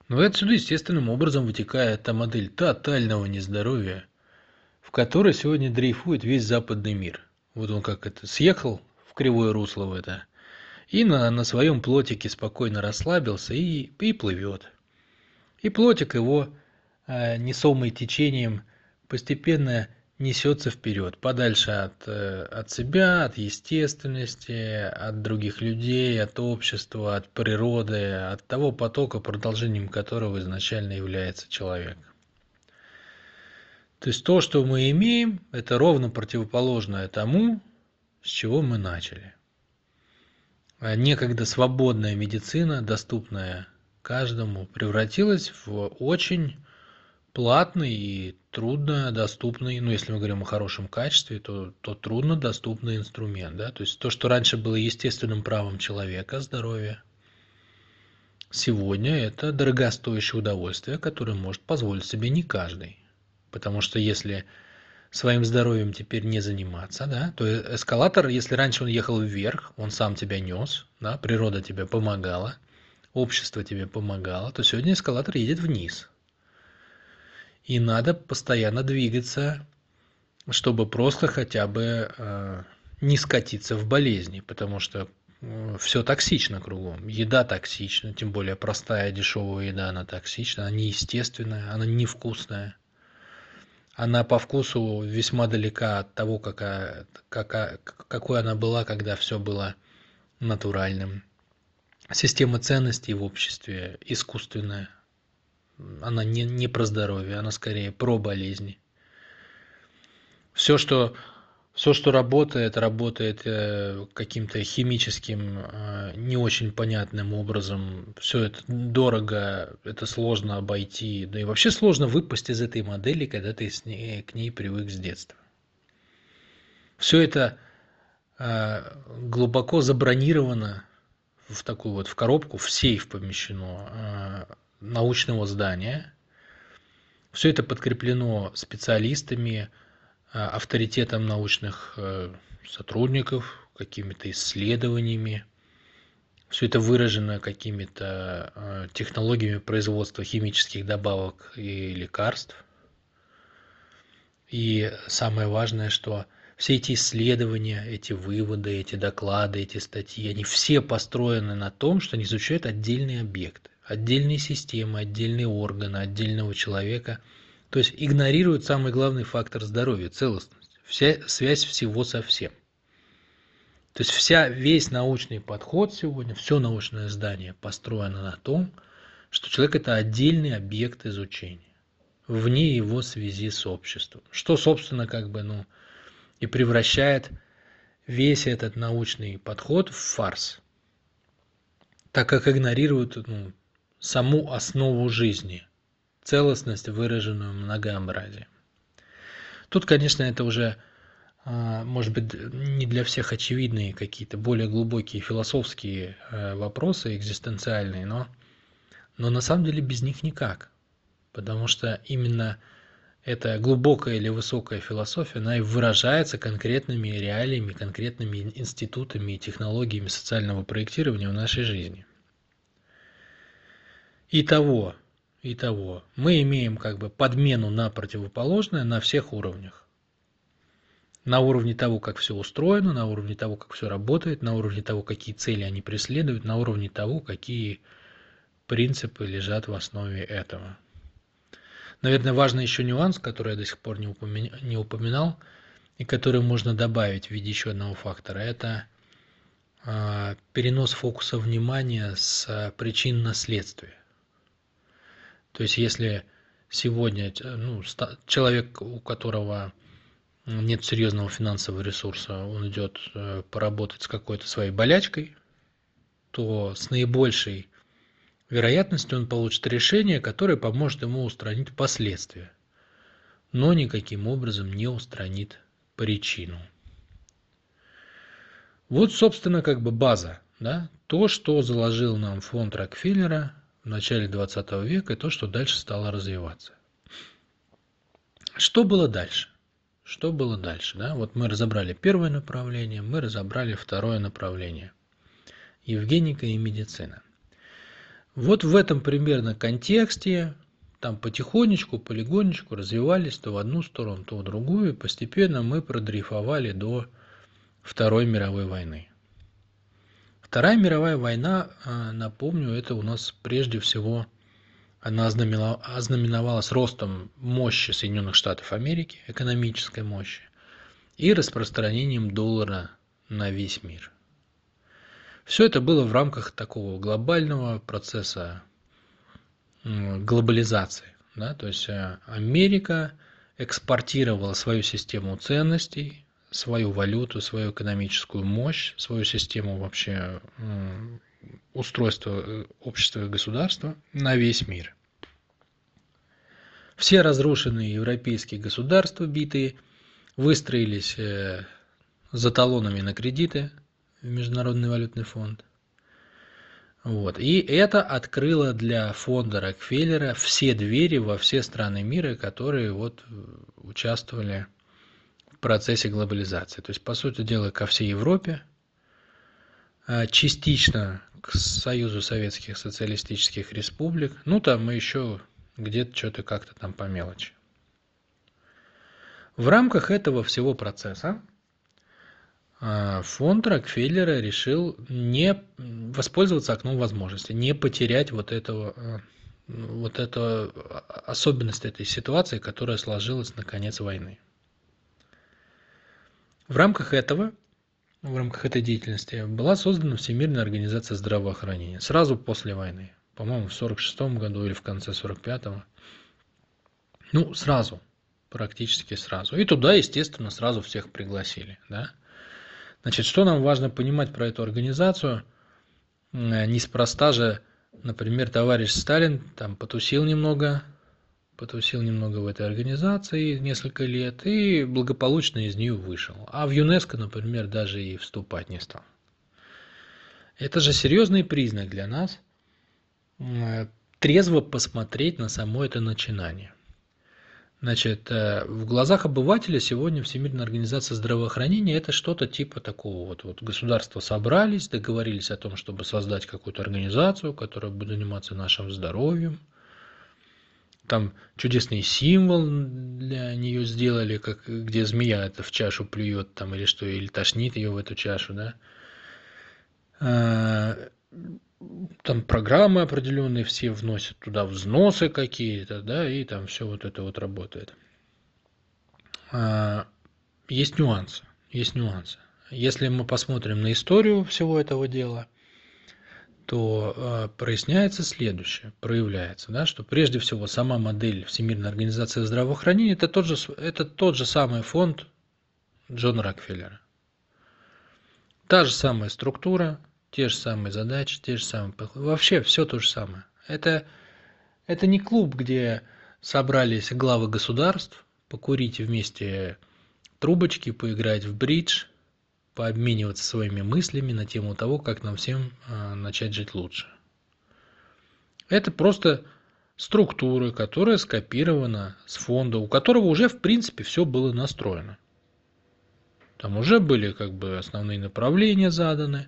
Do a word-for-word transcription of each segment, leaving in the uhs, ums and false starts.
Ну и отсюда естественным образом вытекает та модель тотального нездоровья, в которой сегодня дрейфует весь западный мир. Вот он как это съехал в кривое русло в это, и на, на своем плотике спокойно расслабился и, и плывет. И плотик его, э, несомый течением, постепенно несется вперед, подальше от, э, от себя, от естественности, от других людей, от общества, от природы, от того потока, продолжением которого изначально является человек. То есть то, что мы имеем, это ровно противоположное тому, с чего мы начали. А некогда свободная медицина, доступная каждому, превратилась в очень платный и труднодоступный, ну, если мы говорим о хорошем качестве, то, то труднодоступный инструмент, да, то есть то, что раньше было естественным правом человека, здоровье, сегодня это дорогостоящее удовольствие, которое может позволить себе не каждый. Потому что если своим здоровьем теперь не заниматься, да, то эскалатор, если раньше он ехал вверх, он сам тебя нес, да, природа тебе помогала, общество тебе помогало, то сегодня эскалатор едет вниз. И надо постоянно двигаться, чтобы просто хотя бы э, не скатиться в болезни, потому что э, все токсично кругом. Еда токсична, тем более простая дешевая еда, она токсична, она неестественная, она невкусная. Она по вкусу весьма далека от того, какая, какая, какой она была, когда все было натуральным. Система ценностей в обществе искусственная. Она не, не про здоровье, она скорее про болезни. Все, что, все, что работает, работает э, каким-то химическим, э, не очень понятным образом. Все это дорого, это сложно обойти. Да и вообще сложно выпасть из этой модели, когда ты с ней, к ней привык с детства. Все это э, глубоко забронировано в такую вот в коробку, в сейф помещено э, научного здания. Все это подкреплено специалистами, а, авторитетом научных э, сотрудников, какими-то исследованиями. Все это выражено какими-то э, технологиями производства химических добавок и лекарств. И самое важное, что все эти исследования, эти выводы, эти доклады, эти статьи, они все построены на том, что они изучают отдельные объекты, отдельные системы, отдельные органы, отдельного человека. То есть игнорируют самый главный фактор здоровья – целостность, вся связь всего со всем. То есть вся, весь научный подход сегодня, все научное здание построено на том, что человек – это отдельный объект изучения, вне его связи с обществом. Что, собственно, как бы, ну, и превращает весь этот научный подход в фарс, так как игнорируют, ну, саму основу жизни, целостность, выраженную в многообразии. Тут, конечно, это уже, а, может быть, не для всех очевидные какие-то более глубокие философские э, вопросы, экзистенциальные, но, но на самом деле без них никак. Потому что именно эта глубокая или высокая философия, она и выражается конкретными реалиями, конкретными институтами и технологиями социального проектирования в нашей жизни. Итого, итого, мы имеем как бы подмену на противоположное на всех уровнях. На уровне того, как все устроено, на уровне того, как все работает, на уровне того, какие цели они преследуют, на уровне того, какие принципы лежат в основе этого. Наверное, важный еще нюанс, который я до сих пор не упомя- не упоминал, и который можно добавить в виде еще одного фактора, это а, перенос фокуса внимания с а, причин на следствие. То есть, если сегодня ну, человек, у которого нет серьезного финансового ресурса, он идет э, поработать с какой-то своей болячкой, то с наибольшей вероятностью он получит решение, которое поможет ему устранить последствия, но никаким образом не устранит причину. Вот, собственно, как бы база, да, то, что заложил нам фонд Рокфеллера в начале двадцатого века, и то, что дальше стало развиваться. Что было дальше? Что было дальше? Да? Вот мы разобрали первое направление, мы разобрали второе направление. Евгеника и медицина. Вот в этом примерно контексте там потихонечку, полигонечку развивались то в одну сторону, то в другую, и постепенно мы продрейфовали до Второй мировой войны. Вторая мировая война, напомню, это у нас прежде всего, она ознаменовалась ростом мощи Соединенных Штатов Америки, экономической мощи, и распространением доллара на весь мир. Все это было в рамках такого глобального процесса глобализации. Да? То есть Америка экспортировала свою систему ценностей, свою валюту, свою экономическую мощь, свою систему вообще устройства общества и государства на весь мир. Все разрушенные европейские государства, битые, выстроились за талонами на кредиты в Международный валютный фонд. Вот. И это открыло для фонда Рокфеллера все двери во все страны мира, которые вот участвовали в процессе глобализации. То есть, по сути дела, ко всей Европе, частично к Союзу Советских Социалистических Республик, ну там мы еще где-то что-то как-то там по мелочи. В рамках этого всего процесса фонд Рокфеллера решил не воспользоваться окном возможностей, не потерять вот этого, вот эту особенность этой ситуации, которая сложилась на конец войны. В рамках этого, в рамках этой деятельности была создана Всемирная организация здравоохранения сразу после войны, по-моему, в сорок шестом году или в конце сорок пятого. Ну, сразу, практически сразу. И туда, естественно, сразу всех пригласили, да. Значит, что нам важно понимать про эту организацию? Неспроста же, например, товарищ Сталин там потусил немного, потусил немного в этой организации несколько лет и благополучно из нее вышел. А в ЮНЕСКО, например, даже и вступать не стал. Это же серьезный признак для нас трезво посмотреть на само это начинание. Значит, в глазах обывателя сегодня Всемирная организация здравоохранения – это что-то типа такого вот, вот государства собрались, договорились о том, чтобы создать какую-то организацию, которая будет заниматься нашим здоровьем. Там чудесный символ для нее сделали, как, где змея это в чашу плюет там, или что, или тошнит ее в эту чашу, да. Там программы определенные, все вносят туда взносы какие-то, да, и там все вот это вот работает. Есть нюансы, есть нюансы. Если мы посмотрим на историю всего этого дела, то проясняется следующее, проявляется, да, что прежде всего сама модель Всемирной организации здравоохранения это тот же, это тот же самый фонд Джона Рокфеллера. Та же самая структура, те же самые задачи, те же самые... Вообще все то же самое. Это, это не клуб, где собрались главы государств, покурить вместе трубочки, поиграть в бридж, пообмениваться своими мыслями на тему того, как нам всем а, начать жить лучше. Это просто структура, которая скопирована с фонда, у которого уже в принципе все было настроено. Там уже были как бы основные направления заданы,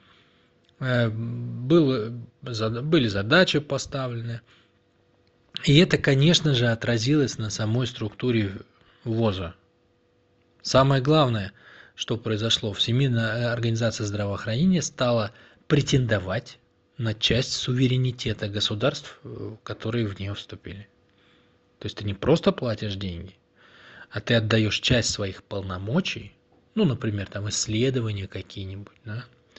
было, были задачи поставлены. И это, конечно же, отразилось на самой структуре ВОЗа. Самое главное, что произошло, Всемирная организация здравоохранения стала претендовать на часть суверенитета государств, которые в нее вступили. То есть ты не просто платишь деньги, а ты отдаешь часть своих полномочий, ну, например, там исследования какие-нибудь, да.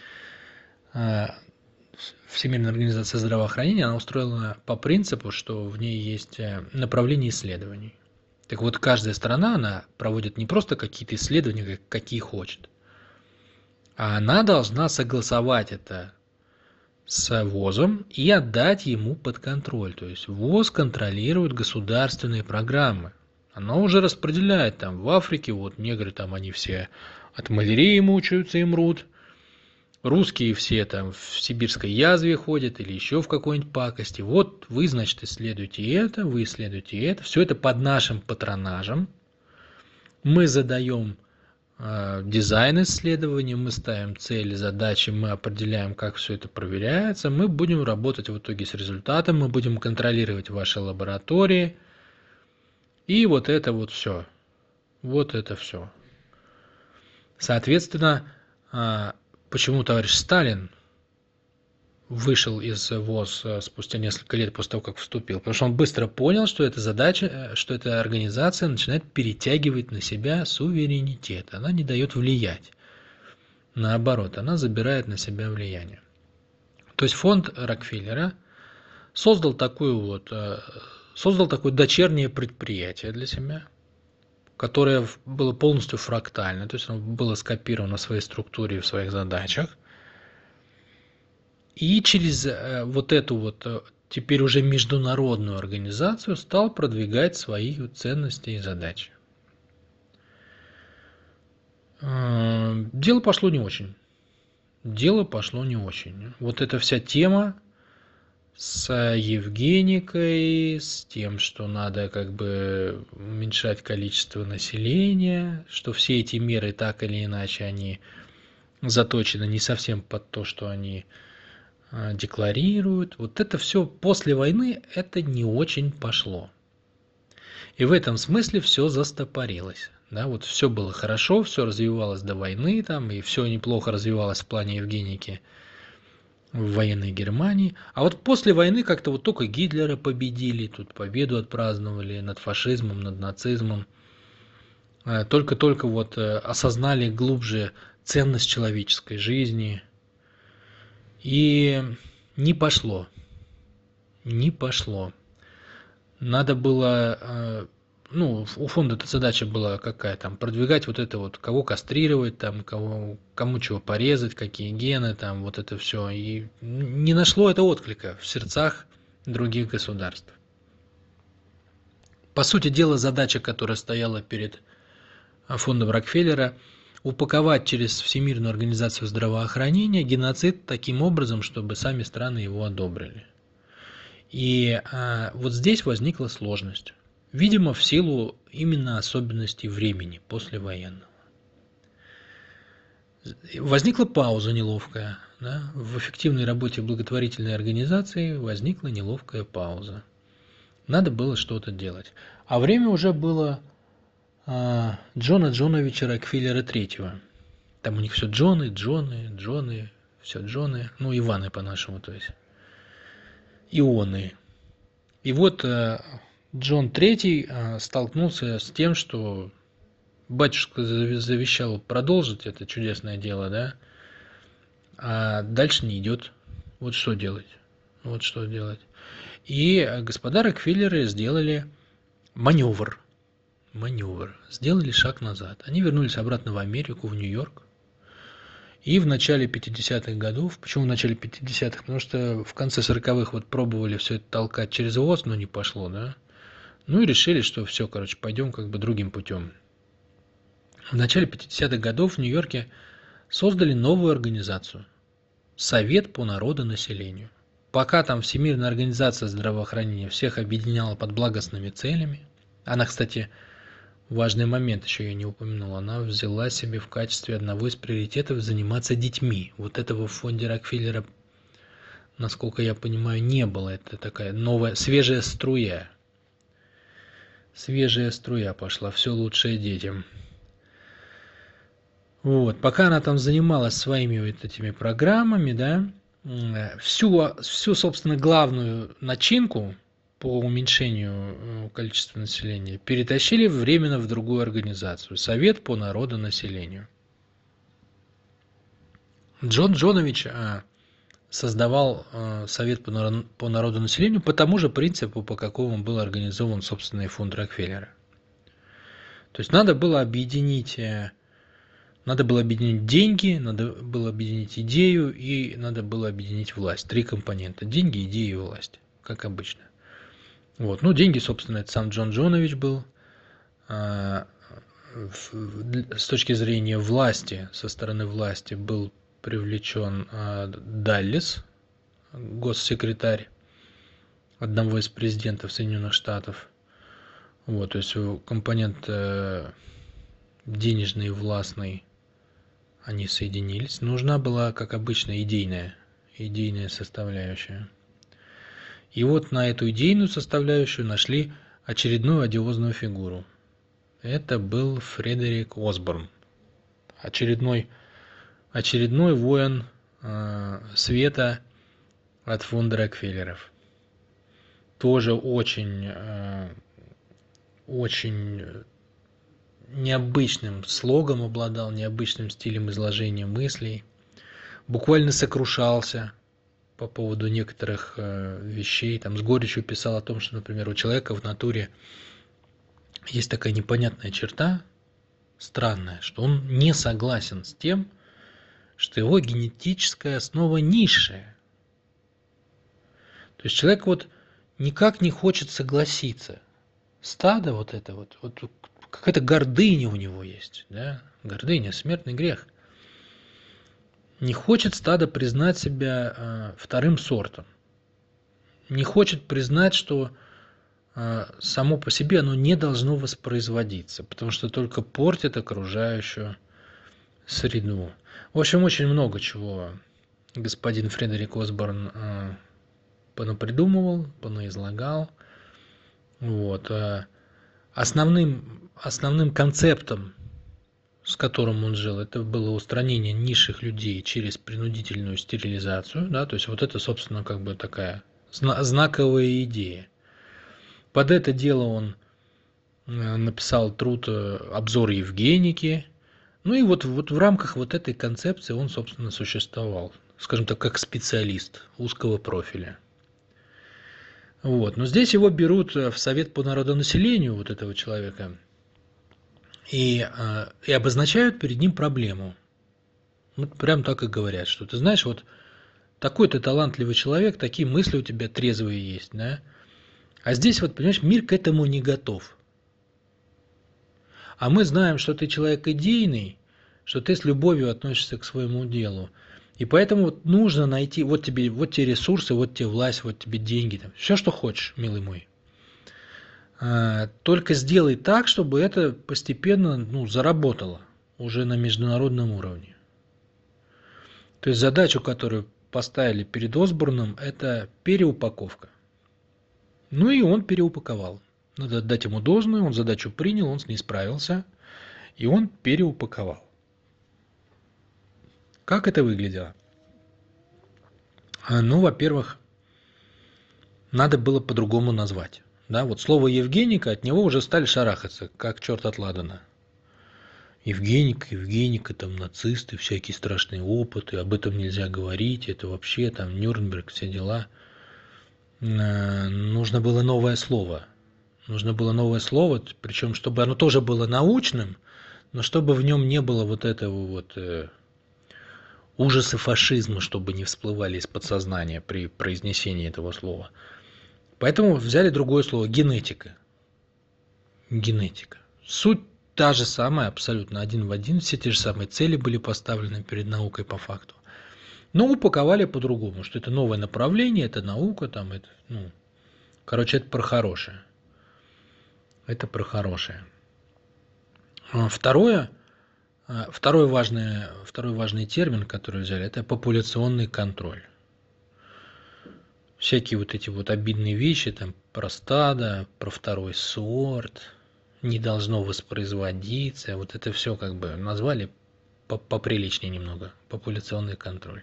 Всемирная организация здравоохранения, она устроена по принципу, что в ней есть направление исследований. Так вот, каждая страна, она проводит не просто какие-то исследования, какие хочет, а она должна согласовать это с ВОЗом и отдать ему под контроль. То есть ВОЗ контролирует государственные программы. Оно уже распределяет там в Африке, вот негры там они все от малярии мучаются и мрут. Русские все там в сибирской язве ходят или еще в какой-нибудь пакости. Вот вы, значит, исследуете это, вы исследуете это. Все это под нашим патронажем. Мы задаем э, дизайн исследований, мы ставим цели, задачи, мы определяем, как все это проверяется, мы будем работать в итоге с результатом, мы будем контролировать ваши лаборатории, и вот это вот все. Вот это все. Соответственно, э, почему товарищ Сталин вышел из ВОЗ э, спустя несколько лет после того, как вступил, потому что он быстро понял, что эта задача, э, что эта организация начинает перетягивать на себя суверенитет, она не дает влиять. Наоборот, она забирает на себя влияние. То есть фонд Рокфеллера создал такую вот, э, создал такое дочернее предприятие для себя, которое в- было полностью фрактально, то есть оно было скопировано в своей структуре и в своих задачах. И через э, вот эту вот э, теперь уже международную организацию стал продвигать свои ценности и задачи. Э, Дело пошло не очень. Дело пошло не очень. Вот эта вся тема с Евгеникой, с тем, что надо как бы уменьшать количество населения, что все эти меры так или иначе они заточены не совсем под то, что они э, декларируют. Вот это все после войны, это не очень пошло. И в этом смысле все застопорилось. Да, вот все было хорошо, все развивалось до войны, там, и все неплохо развивалось в плане Евгеники в военной Германии. А вот после войны как-то вот только Гитлера победили, тут победу отпраздновали над фашизмом, над нацизмом. Э, Только-только вот э, осознали глубже ценность человеческой жизни. И не пошло. Не пошло. Надо было, э, ну, у фонда эта задача была какая там, продвигать вот это вот, кого кастрировать, там, кого, кому чего порезать, какие гены, там, вот это все. И не нашло это отклика в сердцах других государств. По сути дела, задача, которая стояла перед фондом Рокфеллера, упаковать через Всемирную организацию здравоохранения геноцид таким образом, чтобы сами страны его одобрили. И а, вот здесь возникла сложность. Видимо, в силу именно особенностей времени послевоенного. Возникла пауза неловкая. Да? В эффективной работе благотворительной организации возникла неловкая пауза. Надо было что-то делать. А время уже было а, Джона Джоновича Рокфеллера третьего. Там у них все Джоны, Джоны, Джоны, все Джоны. Ну, Иваны по-нашему, то есть. Ионы. И вот э, Джон третий э, столкнулся с тем, что батюшка завещал продолжить это чудесное дело, да, а дальше не идет. Вот что делать. Вот что делать. И господа Рокфеллеры сделали маневр. Маневр. Сделали шаг назад. Они вернулись обратно в Америку, в Нью-Йорк. И в начале пятидесятых годов, почему в начале пятидесятых? Потому что в конце сороковых вот пробовали все это толкать через ВОЗ, но не пошло, да? Ну и решили, что все, короче, пойдем как бы другим путем. В начале пятидесятых годов в Нью-Йорке создали новую организацию – Совет по народонаселению. Пока там Всемирная организация здравоохранения всех объединяла под благостными целями, она, кстати, важный момент еще я не упомянул, она взяла себе в качестве одного из приоритетов заниматься детьми. Вот этого в фонде Рокфеллера, насколько я понимаю, не было. Это такая новая, свежая струя. Свежая струя пошла, все лучшее детям. Вот, пока она там занималась своими вот этими программами, да, всю, всю, собственно, главную начинку по уменьшению количества населения перетащили временно в другую организацию – Совет по народонаселению. Джон Джонович создавал Совет по народонаселению по тому же принципу, по какому был организован собственный фонд Рокфеллера. То есть надо было объединить, надо было объединить деньги, надо было объединить идею и надо было объединить власть. Три компонента – деньги, идеи и власть, как обычно. Вот. Ну, деньги, собственно, это сам Джон Джонович был. С точки зрения власти, со стороны власти был привлечен Даллес, госсекретарь одного из президентов Соединенных Штатов. Вот, то есть компонент денежный и властный, они соединились. Нужна была, как обычно, идейная, идейная составляющая. И вот на эту идейную составляющую нашли очередную одиозную фигуру. Это был Фредерик Осборн. Очередной, очередной воин э, света от фонда Рокфеллеров. Тоже очень, э, очень необычным слогом обладал, необычным стилем изложения мыслей. Буквально сокрушался по поводу некоторых э, вещей. Там с горечью писал о том, что, например, у человека в натуре есть такая непонятная черта, странная, что он не согласен с тем, что его генетическая основа низшая. То есть человек вот никак не хочет согласиться. Стадо вот это вот, вот какая-то гордыня у него есть, да? Гордыня, смертный грех. Не хочет стадо признать себя э, вторым сортом. Не хочет признать, что э, само по себе оно не должно воспроизводиться, потому что только портит окружающую среду. В общем, очень много чего господин Фредерик Осборн э, понапридумывал, понаизлагал. Вот. Основным, основным концептом, с которым он жил, это было устранение низших людей через принудительную стерилизацию. Да? То есть вот это, собственно, как бы такая знаковая идея. Под это дело он написал труд «Обзор Евгеники». Ну и вот, вот в рамках вот этой концепции он, собственно, существовал, скажем так, как специалист узкого профиля. Вот. Но здесь его берут в Совет по народонаселению, вот этого человека, и, и обозначают перед ним проблему. Вот прям так и говорят, что ты знаешь, вот такой ты талантливый человек, такие мысли у тебя трезвые есть, да? А здесь вот, понимаешь, мир к этому не готов. А мы знаем, что ты человек идейный, что ты с любовью относишься к своему делу. И поэтому вот нужно найти, вот тебе, вот те ресурсы, вот тебе власть, вот тебе деньги, там, все, что хочешь, милый мой. А, только сделай так, чтобы это постепенно ну, заработало уже на международном уровне. То есть задачу, которую поставили перед Осборном, это переупаковка. Ну и он переупаковал. Надо отдать ему должное, он задачу принял, он с ней справился, и он переупаковал. Как это выглядело? Ну, во-первых, надо было по-другому назвать. Да, вот слово Евгеника, от него уже стали шарахаться, как черт от ладана. Евгеника, Евгеника, там нацисты, всякие страшные опыты, об этом нельзя говорить, это вообще там Нюрнберг, все дела. Нужно было новое слово. Нужно было новое слово, причем чтобы оно тоже было научным, но чтобы в нем не было вот этого вот э, ужаса фашизма, чтобы не всплывали из подсознания при произнесении этого слова. Поэтому взяли другое слово – генетика. Генетика. Суть та же самая, абсолютно один в один, все те же самые цели были поставлены перед наукой по факту. Но упаковали по-другому, что это новое направление, это наука, там, это, ну, короче, это про хорошее. Это про хорошее. Второе, второй, важный, второй важный термин, который взяли, это популяционный контроль. Всякие вот эти вот обидные вещи, там, про стадо, про второй сорт, не должно воспроизводиться, вот это все как бы назвали поприличнее немного, популяционный контроль.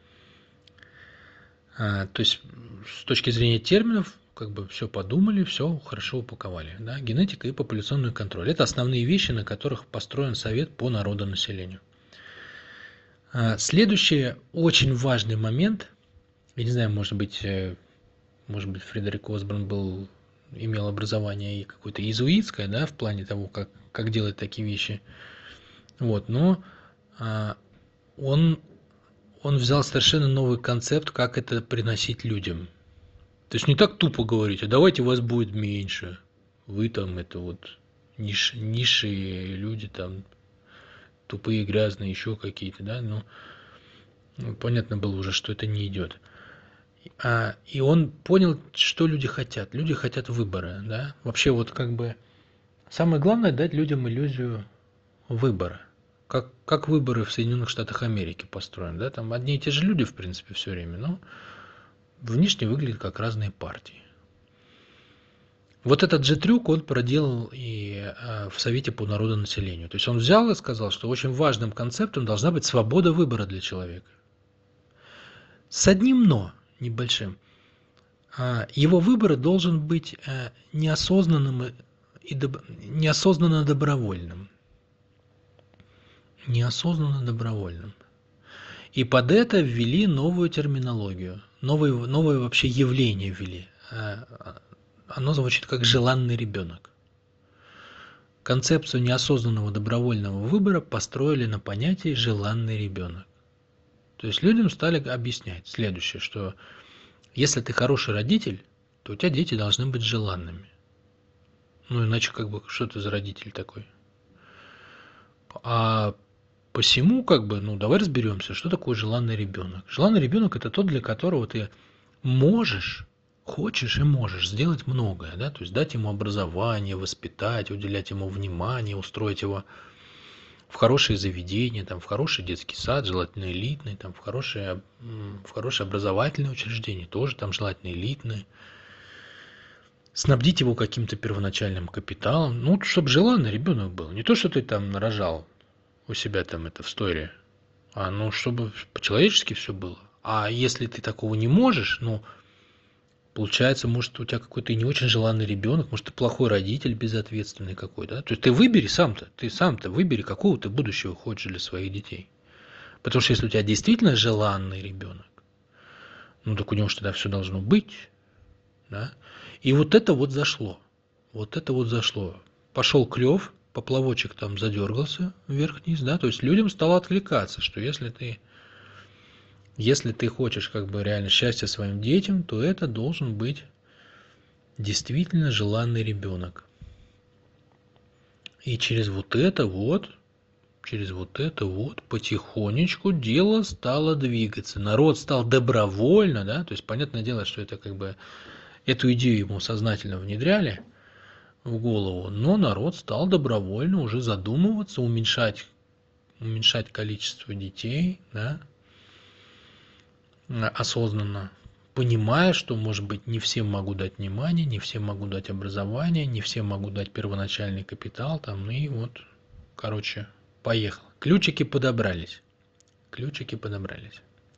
А, то есть с точки зрения терминов, как бы все подумали, все хорошо упаковали. Да? Генетика и популяционный контроль. Это основные вещи, на которых построен Совет по народонаселению. А, следующий очень важный момент, я не знаю, может быть, может быть Фредерик Осборн был, имел образование и какое-то иезуитское, да, в плане того, как, как делать такие вещи. Вот, но а, он, он взял совершенно новый концепт, как это приносить людям. То есть не так тупо говорить, а давайте вас будет меньше. Вы там это вот ниш, низшие люди, там тупые, грязные, еще какие-то, да, но ну, понятно было уже, что это не идет. А, и он понял, что люди хотят. Люди хотят выбора, да. Вообще вот как бы самое главное дать людям иллюзию выбора. Как, как выборы в Соединенных Штатах Америки построены, да, там одни и те же люди, в принципе, все время, но внешне выглядят как разные партии. Вот этот же трюк он проделал и э, в Совете по народонаселению. То есть он взял и сказал, что очень важным концептом должна быть свобода выбора для человека. С одним «но» небольшим. А, Его выбор должен быть э, неосознанным и доб- неосознанно добровольным. Неосознанно добровольным. И под это ввели новую терминологию, новое, новое вообще явление ввели. Э, Оно звучит как «желанный ребенок». Концепцию неосознанного добровольного выбора построили на понятии «желанный ребенок». То есть людям стали объяснять следующее, что если ты хороший родитель, то у тебя дети должны быть желанными. Ну иначе как бы что ты за родитель такой? А посему как бы, ну давай разберемся, что такое желанный ребенок. Желанный ребенок это тот, для которого ты можешь, хочешь и можешь сделать многое, да, то есть дать ему образование, воспитать, уделять ему внимание, устроить его в хорошее заведение, там, в хороший детский сад, желательно элитный, там, в хорошее, в хорошее образовательное учреждение, тоже там желательно элитное. Снабдить его каким-то первоначальным капиталом, ну, чтобы желанный ребенок был. Не то, что ты там нарожал у себя там это в сторе, а ну, чтобы по-человечески все было. А если ты такого не можешь, ну, получается, может, у тебя какой-то не очень желанный ребенок, может, ты плохой родитель, безответственный какой, да? То есть ты выбери сам-то, ты сам-то выбери, какого ты будущего хочешь для своих детей. Потому что если у тебя действительно желанный ребенок, ну так у него же тогда все должно быть, да? И вот это вот зашло, вот это вот зашло. Пошел клев, поплавочек там задергался вверх-вниз, да, то есть людям стало откликаться, что если ты Если ты хочешь как бы реально счастья своим детям, то это должен быть действительно желанный ребенок. И через вот это вот, через вот это вот потихонечку дело стало двигаться. Народ стал добровольно, да, то есть понятное дело, что это как бы эту идею ему сознательно внедряли в голову, но народ стал добровольно уже задумываться, уменьшать, уменьшать количество детей, да, осознанно, понимая, что, может быть, не всем могу дать внимание, не всем могу дать образование, не всем могу дать первоначальный капитал, там, и вот, короче, поехал. Ключики подобрались. Ключики подобрались.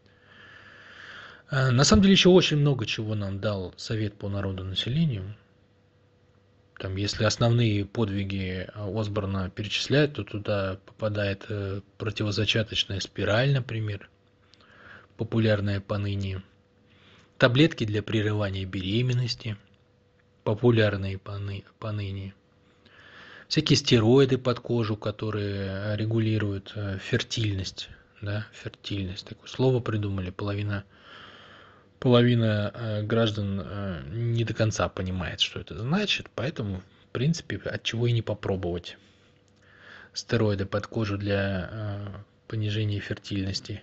На самом деле еще очень много чего нам дал Совет по народонаселению. Там, если основные подвиги Осборна перечислять, то туда попадает противозачаточная спираль, например, популярная поныне. Таблетки для прерывания беременности, популярные поны, поныне. Всякие стероиды под кожу, которые регулируют фертильность. Да, фертильность. Такое слово придумали. Половина, половина граждан не до конца понимает, что это значит. Поэтому, в принципе, от чего и не попробовать. Стероиды под кожу для понижения фертильности.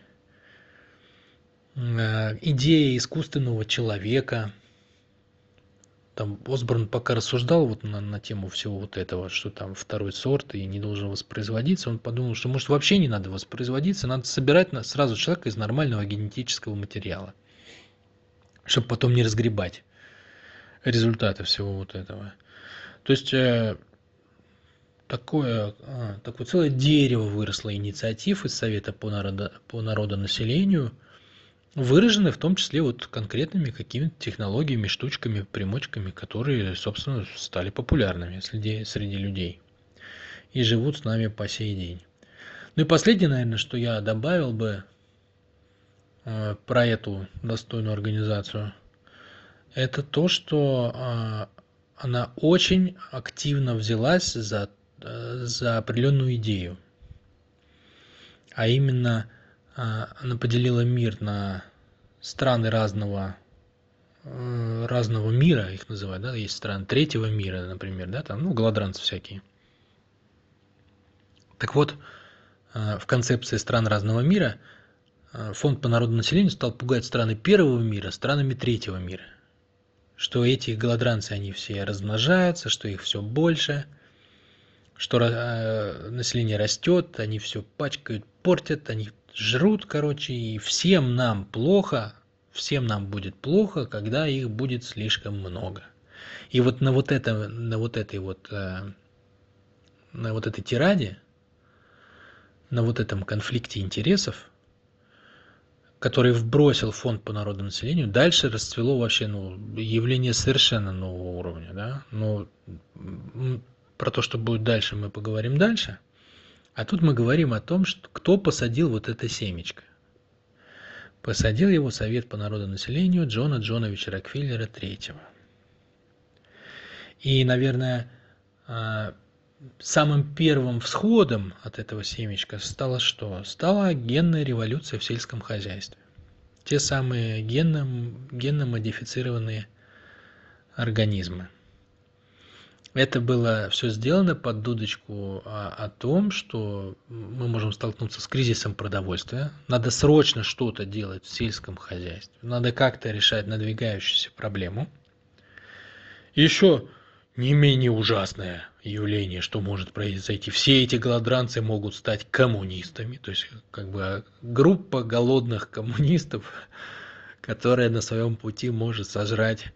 Идея искусственного человека. Там Осборн пока рассуждал вот на, на тему всего вот этого, что там второй сорт и не должен воспроизводиться, он подумал, что может вообще не надо воспроизводиться, надо собирать сразу человека из нормального генетического материала, чтобы потом не разгребать результаты всего вот этого. То есть э, такое, а, такое целое дерево выросло инициатив из Совета по, народо, по народонаселению, выражены в том числе вот конкретными какими-то технологиями, штучками, примочками, которые, собственно, стали популярными среди, среди людей и живут с нами по сей день. Ну и последнее, наверное, что я добавил бы э, про эту достойную организацию, это то, что э, она очень активно взялась за, э, за определенную идею, а именно она поделила мир на страны разного разного мира, их называют, да, есть страны третьего мира, например, да, там, ну, голодранцы всякие. Так вот, в концепции стран разного мира Фонд по народонаселению стал пугать страны первого мира странами третьего мира, что эти голодранцы, они все размножаются, что их все больше, что э, население растет, они все пачкают, портят, они жрут, короче, и всем нам плохо, всем нам будет плохо, когда их будет слишком много. И вот на вот это, на вот этой вот, э, на вот этой тираде, на вот этом конфликте интересов, который вбросил фонд по народонаселению, дальше расцвело вообще, ну, явление совершенно нового уровня, да. Ну, про то, что будет дальше, мы поговорим дальше. А тут мы говорим о том, что кто посадил вот это семечко. Посадил его Совет по народонаселению Джона Джоновича Рокфеллера третьего. И, наверное, самым первым всходом от этого семечка стало что? Стала генная революция в сельском хозяйстве. Те самые генно, генно-модифицированные организмы. Это было все сделано под дудочку о, о том, что мы можем столкнуться с кризисом продовольствия. Надо срочно что-то делать в сельском хозяйстве. Надо как-то решать надвигающуюся проблему. И еще не менее ужасное явление, что может произойти. Все эти голодранцы могут стать коммунистами. То есть как бы группа голодных коммунистов, которая на своем пути может сожрать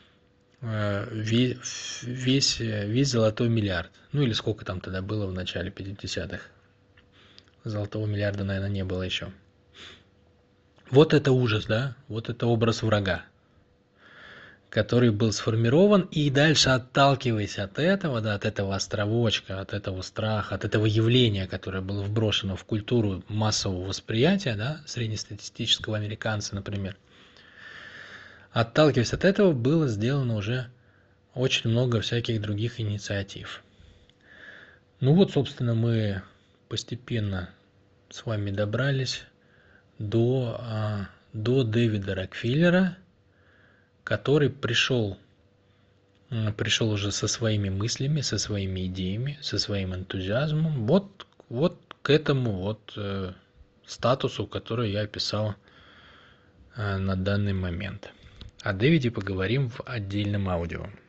весь, весь, весь золотой миллиард. Ну или сколько там тогда было в начале пятидесятых. Золотого миллиарда, наверное, не было еще. Вот это ужас, да? Вот это образ врага, который был сформирован, и дальше, отталкиваясь от этого, да, от этого островочка, от этого страха, от этого явления, которое было вброшено в культуру массового восприятия, да, среднестатистического американца, например, отталкиваясь от этого, было сделано уже очень много всяких других инициатив. Ну вот, собственно, мы постепенно с вами добрались до, до Дэвида Рокфеллера, который пришел, пришел уже со своими мыслями, со своими идеями, со своим энтузиазмом, вот, вот к этому вот э, статусу, который я описал э, на данный момент. О Дэвиде поговорим в отдельном аудио.